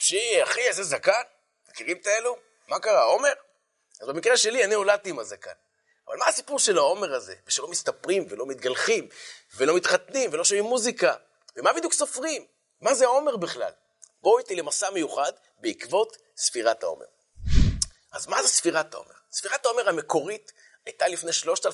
נפשי, אחי, איזה זקן. מכירים את האלו? מה קרה, עומר? אז במקרה שלי אני הולדתי עם הזקן. אבל מה הסיפור של העומר הזה? ושלא מסתפרים ולא מתגלחים ולא מתחתנים ולא שומעים מוזיקה. ומה בדיוק סופרים? מה זה העומר בכלל? בואו איתי למסע מיוחד בעקבות ספירת העומר. אז מה זה ספירת העומר? ספירת העומר המקורית הייתה לפני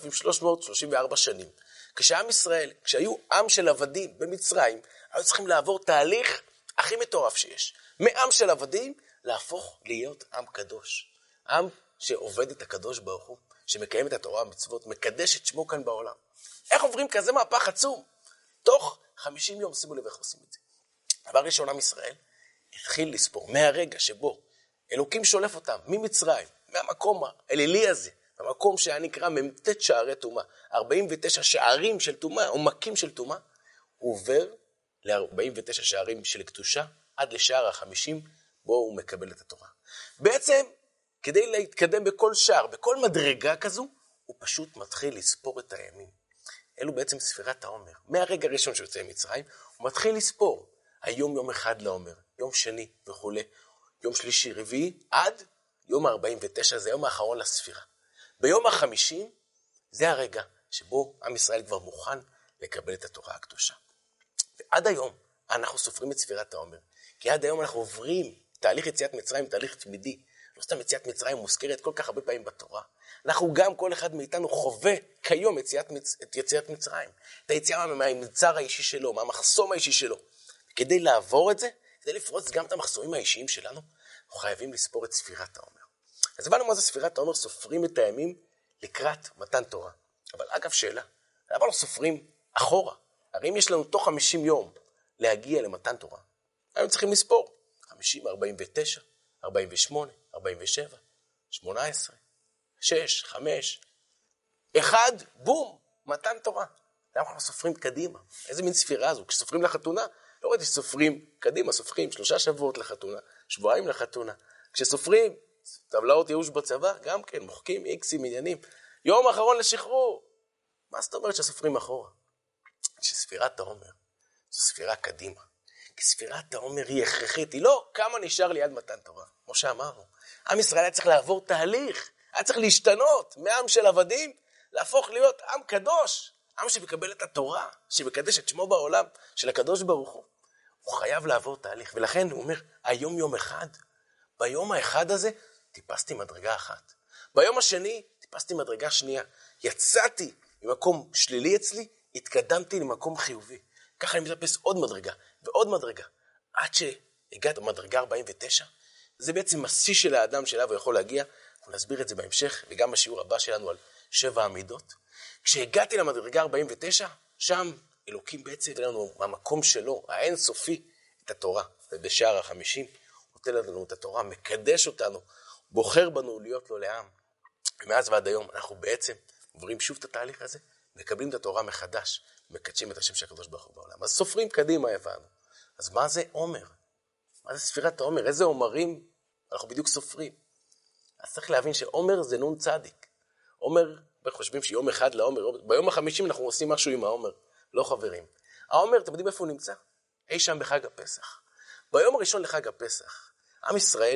3,334 שנים. כשעם ישראל, כשהיו עם של עבדים במצרים, היו צריכים לעבור תהליך הכי מטורף שיש. מעם של עבדים להפוך להיות עם קדוש. עם שעובד את הקדוש ברוך הוא, שמקיים את התורה המצוות, מקדש את שמו כאן בעולם. איך עוברים כזה מהפך עצום? תוך 50 יום, שימו לב איך עושים את זה. דבר ראשון, עם ישראל התחיל לספור מהרגע שבו אלוקים שולף אותם ממצרים, מהמקום האלילי הזה, המקום שהיה נקרא ממתת שערי תומה, 49 שערים של תומה, או מקים של תומה, הוא עובר ל-49 שערים של קדושה, עד לשער ה-50, בו הוא מקבל את התורה. בעצם, כדי להתקדם בכל שער, בכל מדרגה כזו, הוא פשוט מתחיל לספור את הימים. אלו בעצם ספירת העומר. מהרגע הראשון שיוצא ממצרים, הוא מתחיל לספור. היום יום אחד לעומר, יום שני וכו', יום שלישי, רביעי, עד יום ה-49, זה היום האחרון לספירה. ביום ה-50, זה הרגע שבו עם ישראל כבר מוכן לקבל את התורה הקדושה. ועד היום אנחנו סופרים את ספירת העומר, כי עד היום אנחנו עוברים תהליך יציאת מצרים, תהליך תמידי. לא סתם יציאת מצרים מוזכרת כל כך הרבה פעמים בתורה. אנחנו גם, כל אחד מאיתנו חווה כיום את יציאת מצרים. את היציאה מהמצר האישי שלו, מהמחסום האישי שלו. כדי לעבור את זה, כדי לפרוץ גם את המחסומים האישיים שלנו, אנחנו חייבים לספור את ספירת העומר. אז הבנו מה זה ספירת העומר, סופרים את הימים לקראת מתן תורה. אבל אגב שאלה, למה לא סופרים אחורה? הרי אם יש לנו תוך 50 יום להגיע למתן תורה, היינו צריכים לספור 50, 49, 48, 47, 18, 6, 5, 1, בום, מתן תורה. למה אנחנו סופרים קדימה? איזה מין ספירה זו? כשסופרים לחתונה, לא ראיתי שסופרים קדימה, סופרים 3 שבועות לחתונה, שבועיים לחתונה. כשסופרים טבלאות ייאוש בצבא, גם כן, מוחקים איקסים עניינים. יום אחרון לשחרור. מה זאת אומרת שסופרים אחורה? שספירת העומר זו ספירה קדימה. כי ספירת העומר היא הכרחית, היא לא כמה נשאר לי עד מתן תורה. כמו שאמרנו, עם ישראל היה צריך לעבור תהליך, היה צריך להשתנות מעם של עבדים, להפוך להיות עם קדוש, עם שמקבל את התורה, שמקדש את שמו בעולם, של הקדוש ברוך הוא. הוא חייב לעבור תהליך, ולכן הוא אומר, היום יום אחד, ביום האחד הזה, טיפסתי מדרגה אחת. ביום השני, טיפסתי מדרגה שנייה. יצאתי ממקום שלילי אצלי, התקדמתי למקום חיובי. ככה אני מטפס עוד מדרגה ועוד מדרגה. עד שהגעת במדרגה 49, זה בעצם השיא של האדם שאליו הוא יכול להגיע. אנחנו נסביר את זה בהמשך, וגם בשיעור הבא שלנו על 7 המידות. כשהגעתי למדרגה 49, שם אלוקים בעצם נותן לנו מהמקום שלו, האין סופי, את התורה. ובשער ה-50, הוא נותן לנו את התורה, מקדש אותנו, בוחר בנו להיות לו לעם. ומאז ועד היום אנחנו בעצם עוברים שוב את התהליך הזה, מקבלים את התורה מחדש, מקדשים את השם של הקדוש ברוך הוא בעולם. אז סופרים קדימה הבנו. אז מה זה עומר? מה זה ספירת העומר? איזה עומרים אנחנו בדיוק סופרים? אז צריך להבין שעומר זה נון צדיק. עומר, חושבים שיום אחד לעומר, ביום ה-50 אנחנו עושים משהו עם העומר. לא חברים. העומר, אתם יודעים איפה הוא נמצא? אי שם בחג הפסח. ביום הראשון לחג הפסח, עם ישראל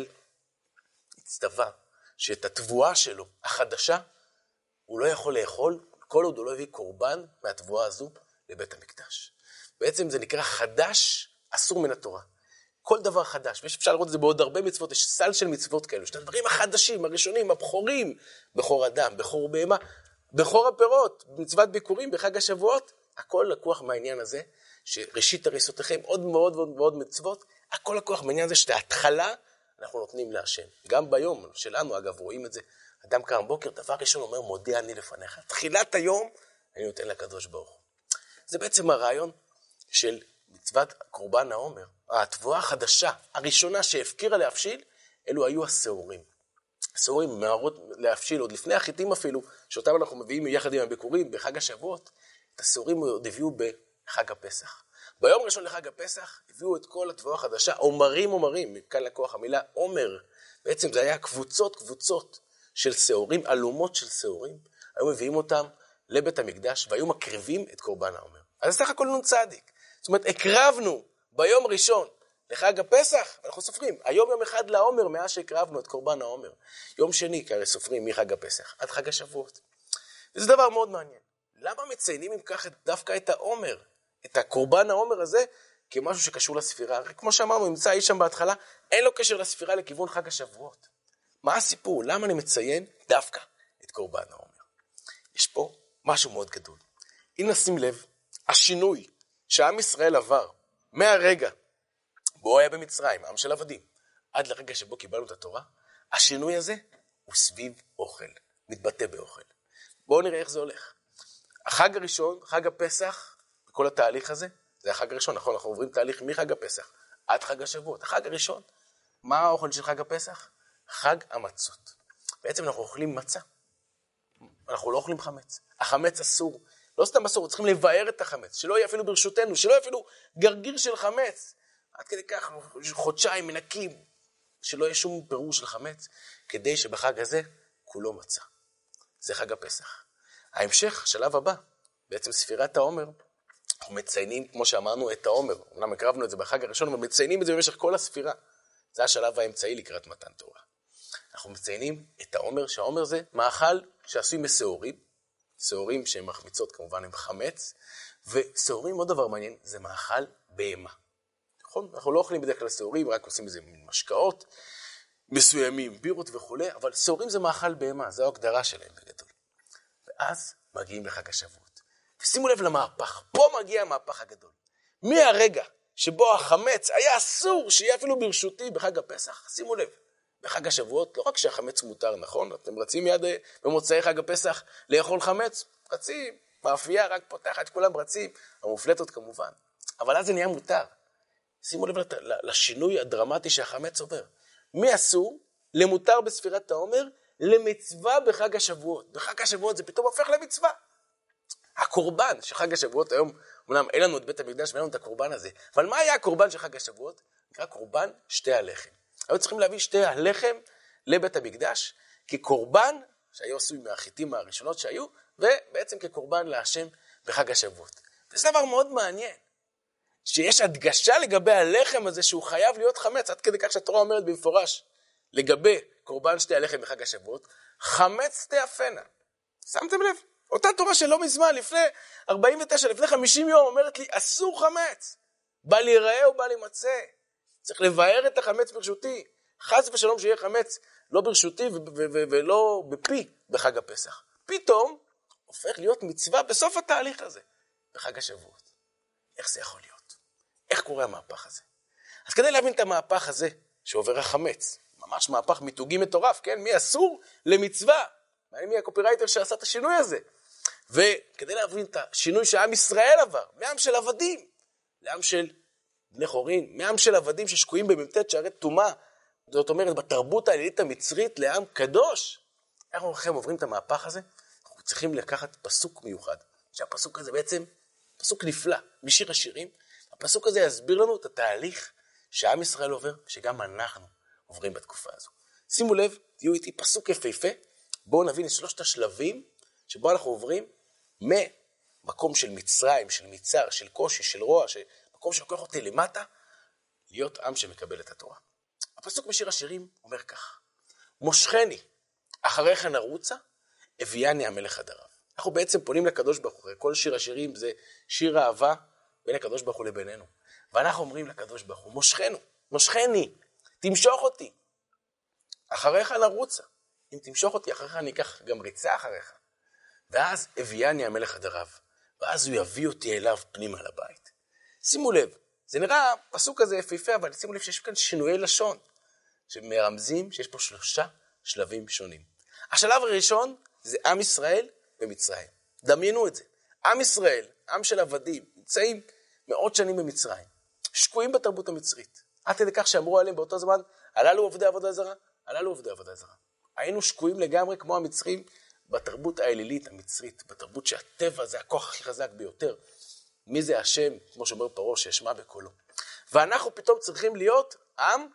הצטווה שאת התבואה שלו, החדשה, הוא לא יכול לאכול, כל עוד הוא לא הביא קורבן מהתבואה הזו לבית המקדש. בעצם זה נקרא חדש, אסור מן התורה. כל דבר חדש, ואפשר לראות את זה בעוד הרבה מצוות, יש סל של מצוות כאלו, שני הדברים החדשים, הראשונים, הבחורים, בחור אדם, בחור בהמה, בחור הפירות, מצוות ביקורים, בחג השבועות, הכל לקוח מהעניין הזה, שראשית הריסותיכם, עוד מאוד ועוד מאוד מצוות, הכל לקוח מהעניין הזה, שאת ההתחלה אנחנו נותנים להשם. גם ביום שלנו, אגב, רואים את זה, אדם קם בוקר, דבר ראשון אומר, מודיע אני לפניך. תחילת היום, אני נותן לקדוש ברוך הוא. זה בעצם הרעיון של מצוות קורבן העומר. התבואה החדשה, הראשונה שהפקירה להפשיל, אלו היו השעורים. השעורים מהרות להפשיל, עוד לפני החיטים אפילו, שאותם אנחנו מביאים יחד עם הביקורים בחג השבועות, את השעורים עוד הביאו בחג הפסח. ביום ראשון לחג הפסח, הביאו את כל התבואה החדשה, עומרים, מכאן לקוח המילה עומר. בעצם זה היה קבוצות של שעורים, אלומות של שעורים, היו מביאים אותם לבית המקדש, והיו מקריבים את קורבן העומר. אז סך הכל נון צדיק. זאת אומרת, הקרבנו ביום ראשון לחג הפסח, אנחנו סופרים, היום יום אחד לעומר מאז שהקרבנו את קורבן העומר. יום שני, כי הרי סופרים מחג הפסח עד חג השבועות. וזה דבר מאוד מעניין. למה מציינים אם כך דווקא את העומר, את הקורבן העומר הזה, כמשהו שקשור לספירה? הרי כמו שאמרנו, נמצא איש שם בהתחלה, אין לו קשר לספירה לכיוון חג השבועות. מה הסיפור? למה אני מציין דווקא את קורבן העומר? יש פה משהו מאוד גדול. אם נשים לב, השינוי שעם ישראל עבר מהרגע בו היה במצרים, עם של עבדים, עד לרגע שבו קיבלנו את התורה, השינוי הזה הוא סביב אוכל, מתבטא באוכל. בואו נראה איך זה הולך. החג הראשון, חג הפסח, כל התהליך הזה, זה החג הראשון, נכון? אנחנו עוברים תהליך מחג הפסח עד חג השבועות. החג הראשון, מה האוכל של חג הפסח? חג המצות. בעצם אנחנו אוכלים מצה. אנחנו לא אוכלים חמץ. החמץ אסור. לא סתם אסור, צריכים לבאר את החמץ, שלא יהיה אפילו ברשותנו, שלא יהיה אפילו גרגיר של חמץ. עד כדי כך, חודשיים מנקים, שלא יהיה שום פירור של חמץ, כדי שבחג הזה כולו מצה. זה חג הפסח. ההמשך, השלב הבא, בעצם ספירת העומר, אנחנו מציינים, כמו שאמרנו, את העומר. אמנם הקרבנו את זה בחג הראשון, אבל מציינים את זה במשך כל הספירה. זה השלב האמצעי לקראת מתן תורה. אנחנו מציינים את העומר, שהעומר זה מאכל שעשוי משעורים, שעורים שהן מחמיצות כמובן עם חמץ, ושעורים, עוד דבר מעניין, זה מאכל בהמה. נכון? אנחנו לא אוכלים בדרך כלל שעורים, רק עושים איזה משקאות מסוימים, בירות וכו', אבל שעורים זה מאכל בהמה, זו ההגדרה שלהם בגדול. ואז מגיעים לחג השבועות. ושימו לב למהפך, פה מגיע המהפך הגדול. מהרגע שבו החמץ היה אסור שיהיה אפילו ברשותי בחג הפסח, שימו לב, בחג השבועות, לא רק שהחמץ מותר, נכון? אתם רצים מיד במוצאי חג הפסח לאכול חמץ? רצים, מאפייה רק פותחת, כולם רצים, המופלטות כמובן. אבל אז זה נהיה מותר. שימו לב לשינוי הדרמטי שהחמץ עובר. מי אסור? למותר בספירת העומר, למצווה בחג השבועות. בחג השבועות זה פתאום הופך למצווה. הקורבן של חג השבועות היום, אמנם אין לנו את בית המקדש ואין לנו את הקורבן הזה, אבל מה היה הקורבן של חג השבועות? נקרא קורבן שתי הלחם. היו צריכים להביא שתי הלחם לבית המקדש, כקורבן שהיו עשוי מהחיטים הראשונות שהיו, ובעצם כקורבן להשם בחג השבועות. וזה דבר מאוד מעניין, שיש הדגשה לגבי הלחם הזה שהוא חייב להיות חמץ, עד כדי כך שהתורה אומרת במפורש, לגבי קורבן שתי הלחם בחג השבועות, חמץ תאפנה. שמתם לב? אותה תורה שלא מזמן, לפני 49, לפני 50 יום, אומרת לי, אסור חמץ. בא להיראה ובל להימצא. צריך לבאר את החמץ ברשותי. חס ושלום שיהיה חמץ לא ברשותי ולא בפי בחג הפסח. פתאום הופך להיות מצווה בסוף התהליך הזה, בחג השבועות. איך זה יכול להיות? איך קורה המהפך הזה? אז כדי להבין את המהפך הזה שעובר החמץ, ממש מהפך מיתוגי מטורף, כן? מי אסור למצווה? מי הקופירייטר שעשה את השינוי הזה? וכדי להבין את השינוי שעם ישראל עבר, מעם של עבדים, לעם של בני חורין, מעם של עבדים ששקועים בממתת שערי טומאה, זאת אומרת, בתרבות העלילית המצרית לעם קדוש. אנחנו עוברים את המהפך הזה, אנחנו צריכים לקחת פסוק מיוחד, שהפסוק הזה בעצם פסוק נפלא, משיר השירים. הפסוק הזה יסביר לנו את התהליך שעם ישראל עובר, שגם אנחנו עוברים בתקופה הזו. שימו לב, תהיו איתי פסוק יפהפה, בואו נבין את שלושת השלבים שבו אנחנו עוברים ממקום של מצרים, של מצר, של קושי, של רוע, מקום שלוקח אותי למטה, להיות עם שמקבל את התורה. הפסוק משיר השירים אומר כך, מושכני, אחריך נרוצה, הביאני המלך עד ערב. אנחנו בעצם פונים לקדוש ברוך הוא, כל שיר השירים זה שיר אהבה בין הקדוש ברוך הוא לבינינו. ואנחנו אומרים לקדוש ברוך הוא, מושכנו, מושכני, תמשוך אותי, אחריך נרוצה. אם תמשוך אותי אחריך אני אקח גם ריצה אחריך. ואז הביאני המלך עד ערב, ואז הוא יביא אותי אליו פנימה לבית. שימו לב, זה נראה פסוק כזה יפהפה, אבל שימו לב שיש כאן שינויי לשון, שמרמזים שיש פה 3 שלבים שונים. השלב הראשון זה עם ישראל במצרים. דמיינו את זה. עם ישראל, עם של עבדים, נמצאים מאות שנים במצרים, שקועים בתרבות המצרית. עד כדי כך שאמרו עליהם באותו זמן, הללו עובדי עבודה זרה, הללו עובדי עבודה זרה. היינו שקועים לגמרי כמו המצרים בתרבות האלילית המצרית, בתרבות שהטבע זה הכוח הכי חזק ביותר. מי זה השם, כמו שאומר פרעה, שישמע בקולו. ואנחנו פתאום צריכים להיות עם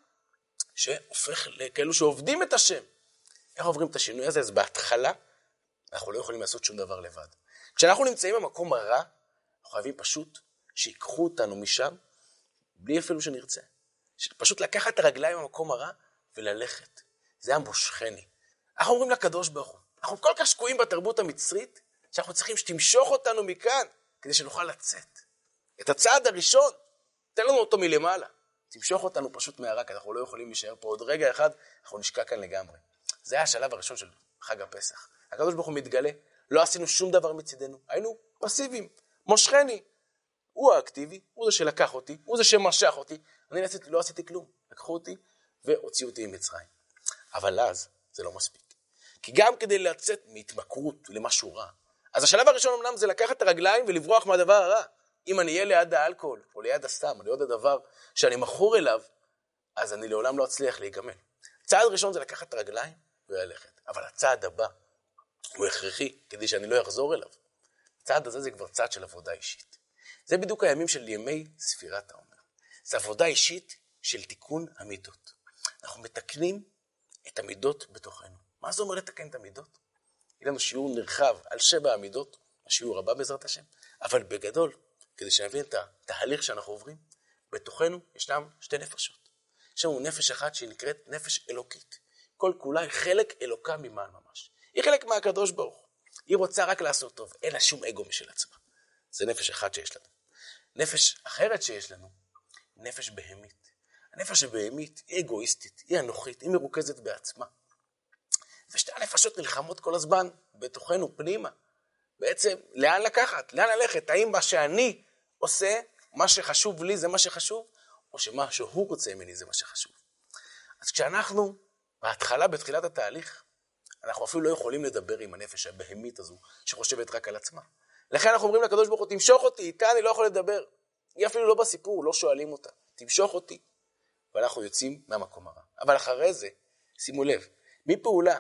שהופך לכאלו שעובדים את השם. איך עוברים את השינוי הזה? אז בהתחלה אנחנו לא יכולים לעשות שום דבר לבד. כשאנחנו נמצאים במקום הרע, אנחנו חייבים פשוט שיקחו אותנו משם, בלי אפילו שנרצה. פשוט לקחת את הרגליים במקום הרע וללכת. זה המושכני. אנחנו אומרים לקדוש ברוך הוא, אנחנו כל כך שקועים בתרבות המצרית, שאנחנו צריכים שתמשוך אותנו מכאן, כדי שנוכל לצאת. את הצעד הראשון, תן לנו אותו מלמעלה. תמשוך אותנו פשוט מהרע, כי אנחנו לא יכולים להישאר פה עוד רגע אחד, אנחנו נשקע כאן לגמרי. זה היה השלב הראשון של חג הפסח. הקדוש ברוך הוא מתגלה, לא עשינו שום דבר מצידנו, היינו פסיביים, מושכני. הוא האקטיבי, הוא זה שלקח אותי, הוא זה שמשך אותי, אני לא עשיתי כלום. לקחו אותי והוציאו אותי ממצרים. אבל אז זה לא מספיק. כי גם כדי לצאת מהתמכרות למשהו רע, אז השלב הראשון אמנם זה לקחת את הרגליים ולברוח מהדבר הרע. אם אני אהיה ליד האלכוהול, או ליד הסם, או ליד הדבר שאני מכור אליו, אז אני לעולם לא אצליח להיגמל. צעד ראשון זה לקחת את הרגליים וללכת. אבל הצעד הבא הוא הכרחי כדי שאני לא אחזור אליו. הצעד הזה זה כבר צעד של עבודה אישית. זה בדיוק הימים של ימי ספירת העומר. זה עבודה אישית של תיקון המידות. אנחנו מתקנים את המידות בתוכנו. מה זה אומר לתקן את המידות? יהיה לנו שיעור נרחב על 7 המידות, השיעור הבא בעזרת השם, אבל בגדול, כדי שנבין את התהליך שאנחנו עוברים, בתוכנו ישנם 2 נפשות. יש לנו נפש אחת שהיא נקראת נפש אלוקית. כל כולה היא חלק אלוקה ממעל ממש. היא חלק מהקדוש ברוך הוא. היא רוצה רק לעשות טוב, אין לה שום אגו משל עצמה. זה נפש אחת שיש לנו. נפש אחרת שיש לנו, נפש בהמית. הנפש הבהמית היא אגואיסטית, היא אנוכית, היא מרוכזת בעצמה. ושתי הנפשות נלחמות כל הזמן בתוכנו פנימה. בעצם, לאן לקחת? לאן ללכת? האם מה שאני עושה, מה שחשוב לי זה מה שחשוב, או שמה שהוא רוצה ממני זה מה שחשוב? אז כשאנחנו, בתחילת התהליך, אנחנו אפילו לא יכולים לדבר עם הנפש הבהמית הזו, שחושבת רק על עצמה. לכן אנחנו אומרים לקדוש ברוך הוא, תמשוך אותי, איתה אני לא יכול לדבר. היא אפילו לא בסיפור, לא שואלים אותה. תמשוך אותי. ואנחנו יוצאים מהמקום הרע. אבל אחרי זה, שימו לב, מפעולה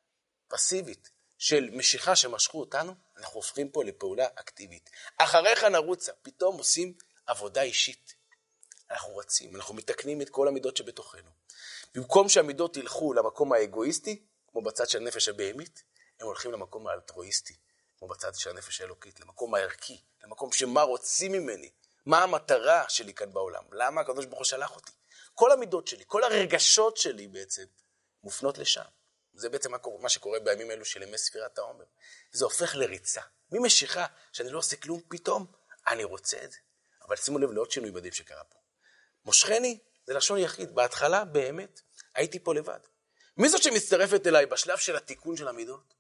פסיבית של משיכה שמשכו אותנו, אנחנו הופכים פה לפעולה אקטיבית. אחריך נרוצה, פתאום עושים עבודה אישית. אנחנו רצים, אנחנו מתקנים את כל המידות שבתוכנו. במקום שהמידות ילכו למקום האגואיסטי, כמו בצד של הנפש הבהמית, הם הולכים למקום האלטרואיסטי, כמו בצד של הנפש האלוקית, למקום הערכי, למקום שמה רוצים ממני, מה המטרה שלי כאן בעולם, למה הקדוש ברוך הוא שלח אותי. כל המידות שלי, כל הרגשות שלי בעצם מופנות לשם. זה בעצם מה שקורה בימים אלו של ימי ספירת העומר. זה הופך לריצה. ממשיכה שאני לא עושה כלום, פתאום אני רוצה את זה. אבל שימו לב לעוד שינוי מדהים שקרה פה. מושכני זה לשון יחיד. בהתחלה באמת הייתי פה לבד. מי זאת שמצטרפת אליי בשלב של התיקון של המידות?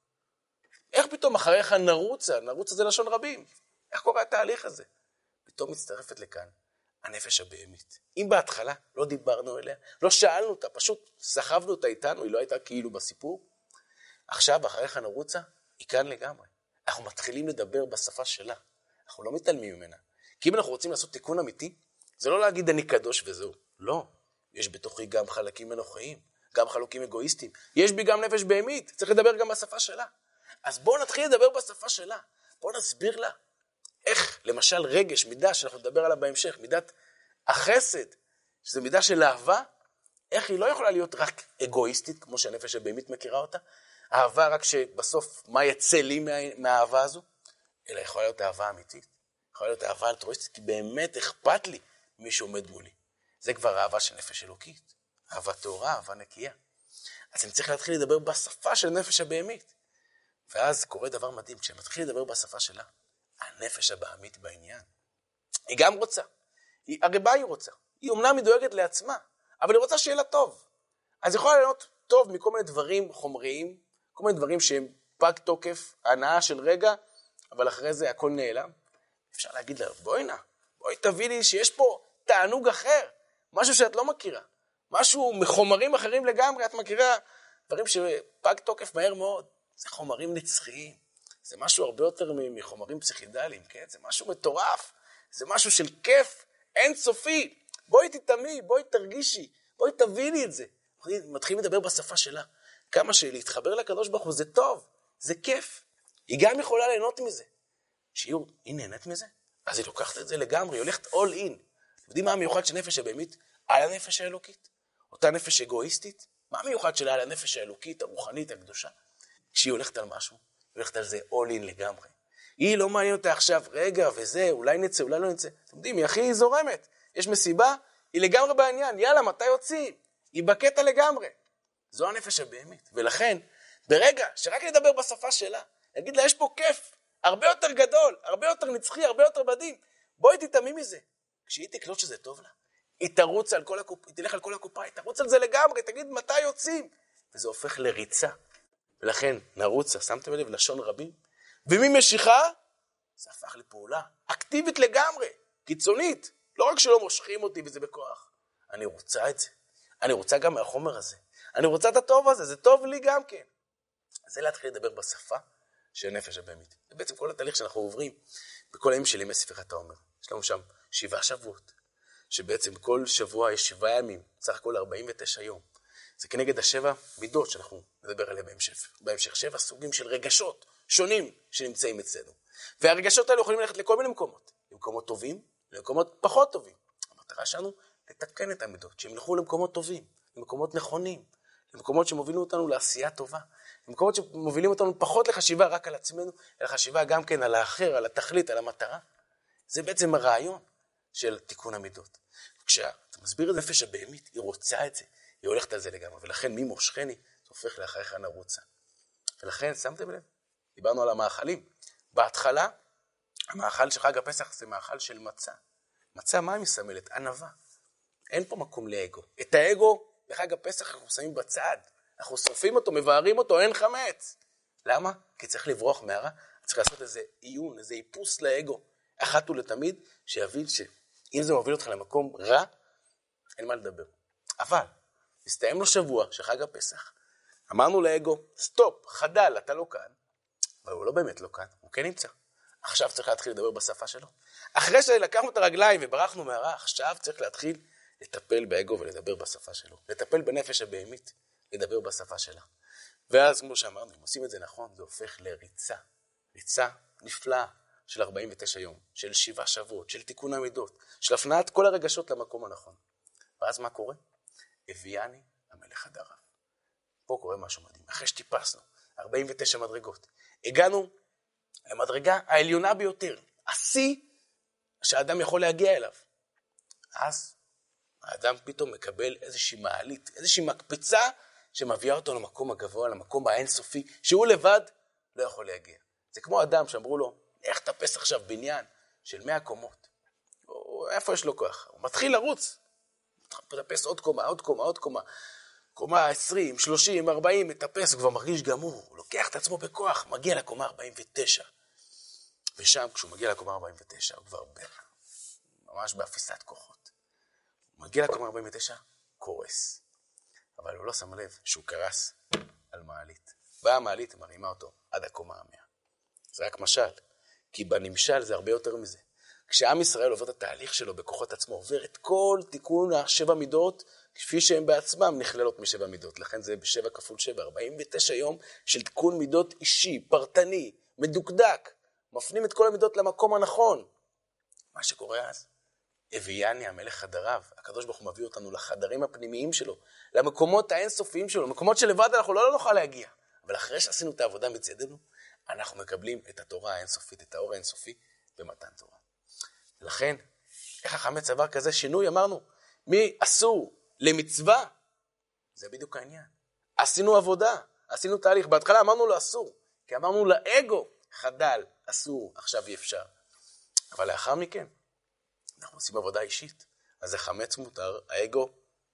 איך פתאום אחריך נרוצה? נרוצה זה לשון רבים. איך קורה התהליך הזה? פתאום מצטרפת לכאן הנפש הבהמית. אם בהתחלה לא דיברנו אליה, לא שאלנו אותה, פשוט סחבנו אותה איתנו, היא לא הייתה כאילו בסיפור. עכשיו אחריך נרוצה, היא כאן לגמרי. אנחנו מתחילים לדבר בשפה שלה. אנחנו לא מתעלמים ממנה. כי אם אנחנו רוצים לעשות תיקון אמיתי, זה לא להגיד אני קדוש וזהו. לא. יש בתוכי גם חלקים אנוכיים, גם חלקים אגואיסטיים. יש בי גם נפש בהמית, צריך לדבר גם בשפה שלה. אז בואו נתחיל לדבר בשפה שלה. בואו נסביר לה. איך, למשל, רגש, מידה שאנחנו נדבר עליה בהמשך, מידת החסד, שזו מידה של אהבה, איך היא לא יכולה להיות רק אגואיסטית, כמו שהנפש הבהמית מכירה אותה, אהבה רק שבסוף מה יצא לי מהאהבה הזו, אלא יכולה להיות אהבה אמיתית, יכולה להיות אהבה אלטרואיסטית, כי באמת אכפת לי מי שעומד מולי. זה כבר אהבה של נפש אלוקית, אהבה טהורה, אהבה נקייה. אז אני צריך להתחיל לדבר בשפה של נפש הבהמית. ואז קורה דבר מדהים, כשאני מתחיל לדבר בשפה שלה, הנפש הבהמית בעניין. היא גם רוצה. הרי מה היא רוצה? היא אומנם מדואגת לעצמה, אבל היא רוצה שיהיה לה טוב. אז יכולה להיות טוב מכל מיני דברים חומריים, כל מיני דברים שהם פג תוקף, הנאה של רגע, אבל אחרי זה הכל נעלם. אפשר להגיד לה, בואי תביא לי שיש פה תענוג אחר, משהו שאת לא מכירה, משהו מחומרים אחרים לגמרי, את מכירה דברים שפג תוקף מהר מאוד. זה חומרים נצחיים. זה משהו הרבה יותר מחומרים פסיכידליים, כן? זה משהו מטורף, זה משהו של כיף אינסופי. בואי תתאמי, בואי תרגישי, בואי תביני את זה. מתחילים לדבר בשפה שלה. כמה שלהתחבר לקדוש ברוך הוא זה טוב, זה כיף. היא גם יכולה ליהנות מזה. שהיא נהנית מזה, אז היא לוקחת את זה לגמרי, היא הולכת all in. אתם יודעים מה המיוחד של נפש הבהמית? על הנפש האלוקית. אותה נפש אגואיסטית, מה המיוחד שלה על הנפש האלוקית, הרוחנית, הקדושה? כשהיא הולכת על משהו, היא הולכת על זה all in לגמרי. היא לא מעניין אותה עכשיו, רגע וזה, אולי נצא, אולי לא נצא. אתם יודעים, היא הכי זורמת. יש מסיבה, היא לגמרי בעניין, יאללה, מתי יוצאים? היא בקטע לגמרי. זו הנפש הבהמית. ולכן, ברגע שרק נדבר בשפה שלה, נגיד לה, יש פה כיף, הרבה יותר גדול, הרבה יותר נצחי, הרבה יותר מדהים. בואי תתעמי מזה. כשהיא תקלוט שזה טוב לה, היא תרוץ על כל הקופה, היא תלך על כל הקופה, היא תרוץ על זה לגמרי, תגיד מתי יוצאים. וזה הופך לריצה. ולכן, נרוצה, שמתם לב, לשון רבים. וממשיכה, זה הפך לפעולה אקטיבית לגמרי, קיצונית. לא רק שלא מושכים אותי וזה בכוח. אני רוצה את זה. אני רוצה גם מהחומר הזה. אני רוצה את הטוב הזה, זה טוב לי גם כן. זה להתחיל לדבר בשפה של נפש הבהמית. זה בעצם כל התהליך שאנחנו עוברים בכל הימים של ימי ספירת העומר. יש לנו שם 7 שבועות, שבעצם כל שבוע יש 7 ימים, סך הכל 49 יום. זה כנגד 7 מידות שאנחנו נדבר עליהן בהמשך. 7 סוגים של רגשות שונים שנמצאים אצלנו. והרגשות האלה יכולים ללכת לכל מיני מקומות. למקומות טובים, למקומות פחות טובים. המטרה שלנו לתקן את המידות, שהם ילכו למקומות טובים, למקומות נכונים, למקומות שמובילים אותנו לעשייה טובה, למקומות שמובילים אותנו פחות לחשיבה רק על עצמנו, אלא חשיבה גם כן על האחר, על התכלית, על המטרה. זה בעצם הרעיון של תיקון המידות. כשאתה מסביר את נפש הבהמית, היא רוצה את זה, היא הולכת על זה לגמרי, ולכן מי מושכני, זה הופך לאחריך נרוצה. ולכן, שמתם לב, דיברנו על המאכלים. בהתחלה, המאכל של חג הפסח זה מאכל של מצה. מצה, מה היא מסמלת? ענווה. אין פה מקום לאגו. את האגו בחג הפסח אנחנו שמים בצד. אנחנו שורפים אותו, מבארים אותו, אין חמץ. למה? כי צריך לברוח מהרע. צריך לעשות איזה עיון, איזה איפוס לאגו. אחת ולתמיד, שיבין שאם זה מוביל אותך למקום רע, אין מה לדבר. אבל, מסתיים לו שבוע של חג הפסח. אמרנו לאגו, סטופ, חדל, אתה לא כאן. אבל הוא לא באמת לא כאן, הוא כן נמצא. עכשיו צריך להתחיל לדבר בשפה שלו. אחרי שלקחנו את הרגליים וברחנו מהרע, עכשיו צריך להתחיל לטפל באגו ולדבר בשפה שלו. לטפל בנפש הבהמית, לדבר בשפה שלה. ואז כמו שאמרנו, אם עושים את זה נכון, זה הופך לריצה. ריצה נפלאה של 49 יום, של 7 שבועות, של תיקון המידות, של הפנעת כל הרגשות למקום הנכון. ואז מה קורה? הביאני המלך הדרב. פה קורה משהו מדהים. אחרי שטיפסנו 49 מדרגות, הגענו למדרגה העליונה ביותר, השיא שהאדם יכול להגיע אליו. אז האדם פתאום מקבל איזושהי מעלית, איזושהי מקפצה שמביאה אותו למקום הגבוה, למקום האינסופי, שהוא לבד לא יכול להגיע. זה כמו אדם שאמרו לו, איך תטפס עכשיו בניין של 100 קומות. איפה יש לו כוח? הוא מתחיל לרוץ. מטפס עוד קומה, עוד קומה, עוד קומה. קומה 20, 30, 40, מטפס, הוא כבר מרגיש גמור. הוא לוקח את עצמו בכוח, מגיע לקומה 49. ושם, כשהוא מגיע לקומה 49, הוא כבר ממש באפיסת כוחות. הוא מגיע לקומה 49, קורס. אבל הוא לא שם לב שהוא קרס על מעלית. באה המעלית מרימה אותו עד הקומה 100. זה רק משל, כי בנמשל זה הרבה יותר מזה. כשעם ישראל עובר את התהליך שלו בכוחות עצמו, עובר את כל תיקון 7 מידות, כפי שהם בעצמם נכללות מ7 מידות. לכן זה ב7 כפול 7, 49 יום של תיקון מידות אישי, פרטני, מדוקדק. מפנים את כל המידות למקום הנכון. מה שקורה אז, הביאני המלך הדרב, הקדוש ברוך הוא מביא אותנו לחדרים הפנימיים שלו, למקומות האינסופיים שלו, מקומות שלבד אנחנו לא נוכל להגיע. אבל אחרי שעשינו את העבודה מצדנו, אנחנו מקבלים את התורה האינסופית, את האור האינסופי במתן תורה. ולכן, איך החמץ צבר כזה שינוי? אמרנו, מי אסור למצווה? זה בדיוק העניין. עשינו עבודה, עשינו תהליך. בהתחלה אמרנו לו אסור, כי אמרנו לאגו, חדל, אסור, עכשיו אי אפשר. אבל לאחר מכן, אנחנו עושים עבודה אישית. אז זה חמץ מותר, האגו,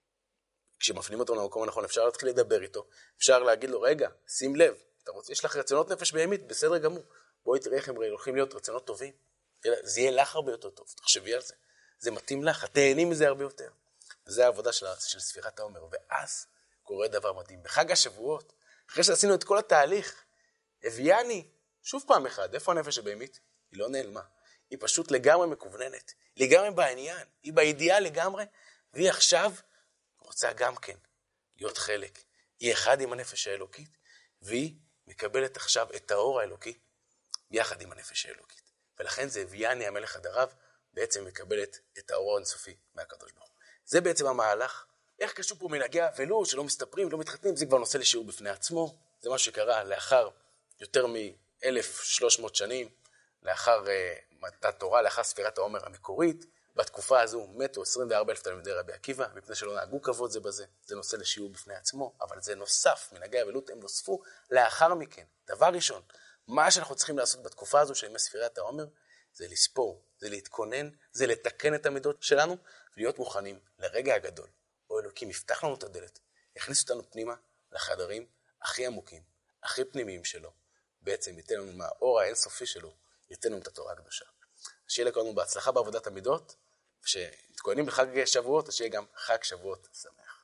כשמפנים אותו למקום הנכון, אפשר להתחיל לדבר איתו, אפשר להגיד לו, רגע, שים לב, יש לך רצונות נפש בהמית, בסדר גמור. בואי תראה איך הם הולכים להיות רצונות טובים. זה יהיה לך הרבה יותר טוב, תחשבי על זה. זה מתאים לך, תהני מזה הרבה יותר. וזה העבודה של ספירת העומר. ואז קורה דבר מדהים. בחג השבועות, אחרי שעשינו את כל התהליך, הביאני, שוב פעם אחד, איפה הנפש הבהמית? היא לא נעלמה. היא פשוט לגמרי מקווננת. לגמרי בעניין. היא בידיעה לגמרי. והיא עכשיו רוצה גם כן להיות חלק. היא אחד עם הנפש האלוקית, והיא מקבלת עכשיו את האור האלוקי יחד עם הנפש האלוקית. ולכן זה הביאני המלך הדרב, בעצם מקבלת את האור האינסופי מהקדוש ברוך הוא. זה בעצם המהלך. איך קשור פה מנהגי האבלות, שלא מסתפרים, לא מתחתנים, זה כבר נושא לשיעור בפני עצמו. זה מה שקרה לאחר יותר מ-1300 שנים, לאחר מתן תורה, לאחר ספירת העומר המקורית, בתקופה הזו מתו 24,000 תלמידי רבי עקיבא, מפני שלא נהגו כבוד זה בזה. זה נושא לשיעור בפני עצמו, אבל זה נוסף, מנהגי אבלות הם נוספו לאחר מכן. דבר ראשון, מה שאנחנו צריכים לעשות בתקופה הזו של ימי ספירת העומר, זה לספור, זה להתכונן, זה לתקן את המידות שלנו, ולהיות מוכנים לרגע הגדול. או אלוקים יפתח לנו את הדלת, יכניס אותנו פנימה לחדרים הכי עמוקים, הכי פנימיים שלו. בעצם ייתן לנו מהאור האינסופי שלו, ייתן לנו את התורה הקדושה. שיהיה לכולנו בהצלחה בעבודת המידות, ושתכוננים לחג שבועות, אז שיהיה גם חג שבועות שמח.